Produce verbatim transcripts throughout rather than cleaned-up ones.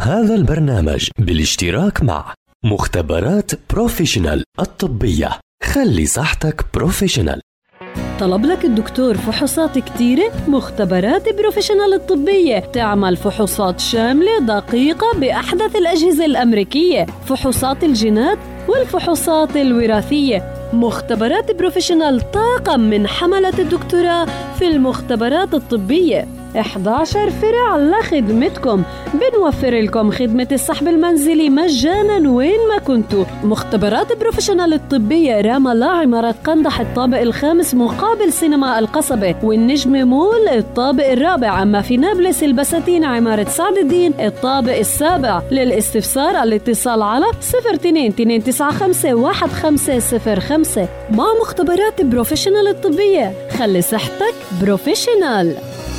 هذا البرنامج بالاشتراك مع مختبرات بروفيشنال الطبية. خلي صحتك بروفيشنال. طلب لك الدكتور فحوصات كتيرة؟ مختبرات بروفيشنال الطبية تعمل فحوصات شاملة دقيقة بأحدث الأجهزة الأمريكية، فحوصات الجينات والفحوصات الوراثية. مختبرات بروفيشنال طاقم من حملة الدكتوراه في المختبرات الطبية. إحدى عشر فرع لخدمتكم. بنوفر لكم خدمة السحب المنزلي مجانا وين ما كنتوا. مختبرات بروفيشنال الطبية راما لا عمارة قندح الطابق الخامس مقابل سينما القصبة، والنجم مول الطابق الرابع. أما في نابلس البساتين عمارة سعد الدين الطابق السابع. للاستفسار الاتصال على صفر اثنين اثنين تسعة خمسة واحد خمسة صفر خمسة. مع مختبرات بروفيشنال الطبية خلي صحتك بروفيشنال.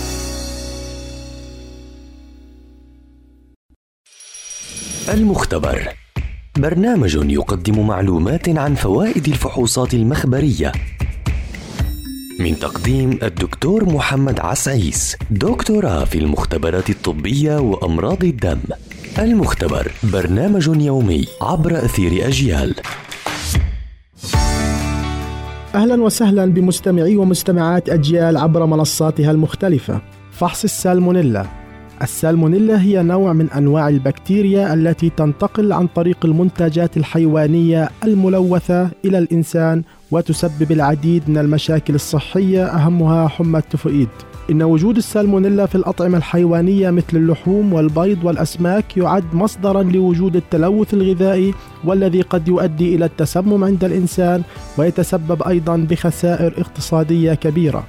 المختبر برنامج يقدم معلومات عن فوائد الفحوصات المخبرية من تقديم الدكتور محمد عسعيس، دكتوراه في المختبرات الطبية وأمراض الدم. المختبر برنامج يومي عبر أثير أجيال. أهلا وسهلا بمستمعي ومستمعات أجيال عبر منصاتها المختلفة. فحص السالمونيلا. السالمونيلا هي نوع من أنواع البكتيريا التي تنتقل عن طريق المنتجات الحيوانية الملوثة إلى الإنسان وتسبب العديد من المشاكل الصحية، أهمها حمى التيفوئيد. إن وجود السالمونيلا في الأطعمة الحيوانية مثل اللحوم والبيض والأسماك يعد مصدرا لوجود التلوث الغذائي، والذي قد يؤدي إلى التسمم عند الإنسان ويتسبب أيضا بخسائر اقتصادية كبيرة.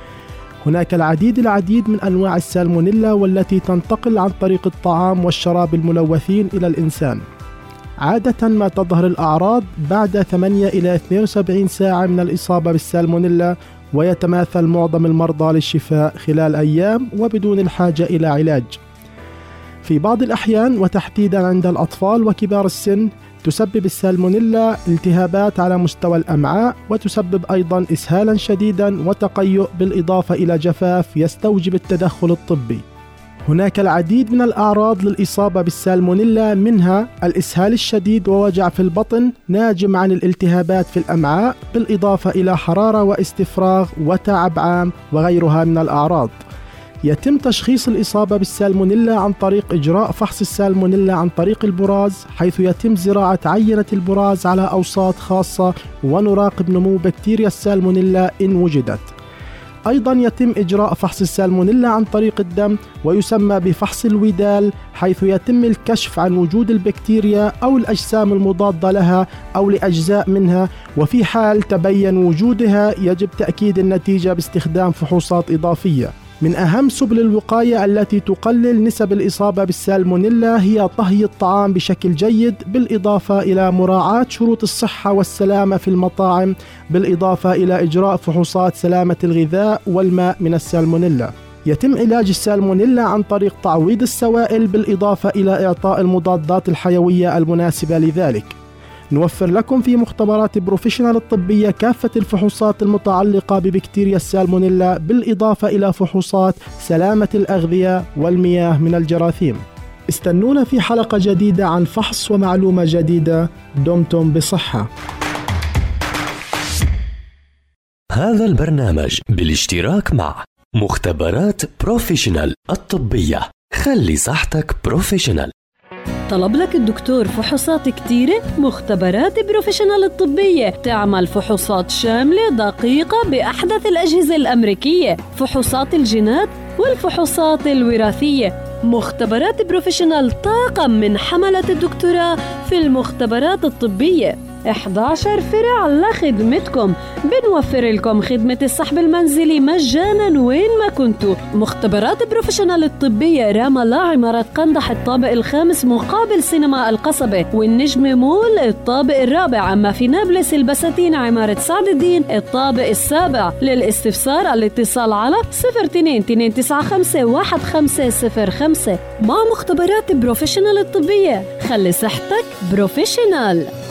هناك العديد العديد من أنواع السالمونيلا والتي تنتقل عن طريق الطعام والشراب الملوثين إلى الإنسان. عادة ما تظهر الأعراض بعد ثمانية إلى اثنين وسبعين ساعة من الإصابة بالسالمونيلا، ويتماثل معظم المرضى للشفاء خلال أيام وبدون الحاجة إلى علاج. في بعض الأحيان وتحديدا عند الأطفال وكبار السن تسبب السالمونيلا التهابات على مستوى الأمعاء، وتسبب أيضا إسهالا شديدا وتقيؤ، بالإضافة إلى جفاف يستوجب التدخل الطبي. هناك العديد من الأعراض للإصابة بالسالمونيلا، منها الإسهال الشديد ووجع في البطن ناجم عن الالتهابات في الأمعاء، بالإضافة إلى حرارة واستفراغ وتعب عام وغيرها من الأعراض. يتم تشخيص الإصابة بالسالمونيلا عن طريق إجراء فحص السالمونيلا عن طريق البراز، حيث يتم زراعة عينة البراز على أوساط خاصة ونراقب نمو بكتيريا السالمونيلا إن وجدت. أيضا يتم إجراء فحص السالمونيلا عن طريق الدم، ويسمى بفحص الودال، حيث يتم الكشف عن وجود البكتيريا أو الأجسام المضادة لها أو لأجزاء منها، وفي حال تبين وجودها يجب تأكيد النتيجة باستخدام فحوصات إضافية. من أهم سبل الوقاية التي تقلل نسب الإصابة بالسالمونيلا هي طهي الطعام بشكل جيد، بالإضافة إلى مراعاة شروط الصحة والسلامة في المطاعم، بالإضافة إلى إجراء فحوصات سلامة الغذاء والماء من السالمونيلا. يتم علاج السالمونيلا عن طريق تعويض السوائل، بالإضافة إلى إعطاء المضادات الحيوية المناسبة لذلك. نوفر لكم في مختبرات بروفيشنال الطبية كافة الفحوصات المتعلقة ببكتيريا السالمونيلا، بالإضافة إلى فحوصات سلامة الأغذية والمياه من الجراثيم. استنونا في حلقة جديدة عن فحص ومعلومة جديدة. دمتم بصحة. هذا البرنامج بالاشتراك مع مختبرات بروفيشنال الطبية. خلي صحتك بروفيشنال. طلب لك الدكتور فحوصات كتيرة؟ مختبرات بروفيشنال الطبية تعمل فحوصات شاملة دقيقة بأحدث الأجهزة الأمريكية، فحوصات الجينات والفحوصات الوراثية. مختبرات بروفيشنال طاقم من حملة الدكتوراه في المختبرات الطبية. إحدى عشر فرع لخدمتكم. بنوفر لكم خدمة السحب المنزلي مجانا وين ما كنتوا. مختبرات بروفيشنال الطبية راما لا عمارة قندح الطابق الخامس مقابل سينما القصبة، والنجم مول الطابق الرابع. أما في نابلس البساتين عمارة سعد الدين الطابق السابع. للاستفسار الاتصال على صفر اثنين اثنين تسعة خمسة واحد خمسة صفر خمسة. مع مختبرات بروفيشنال الطبية خلي صحتك بروفيشنال.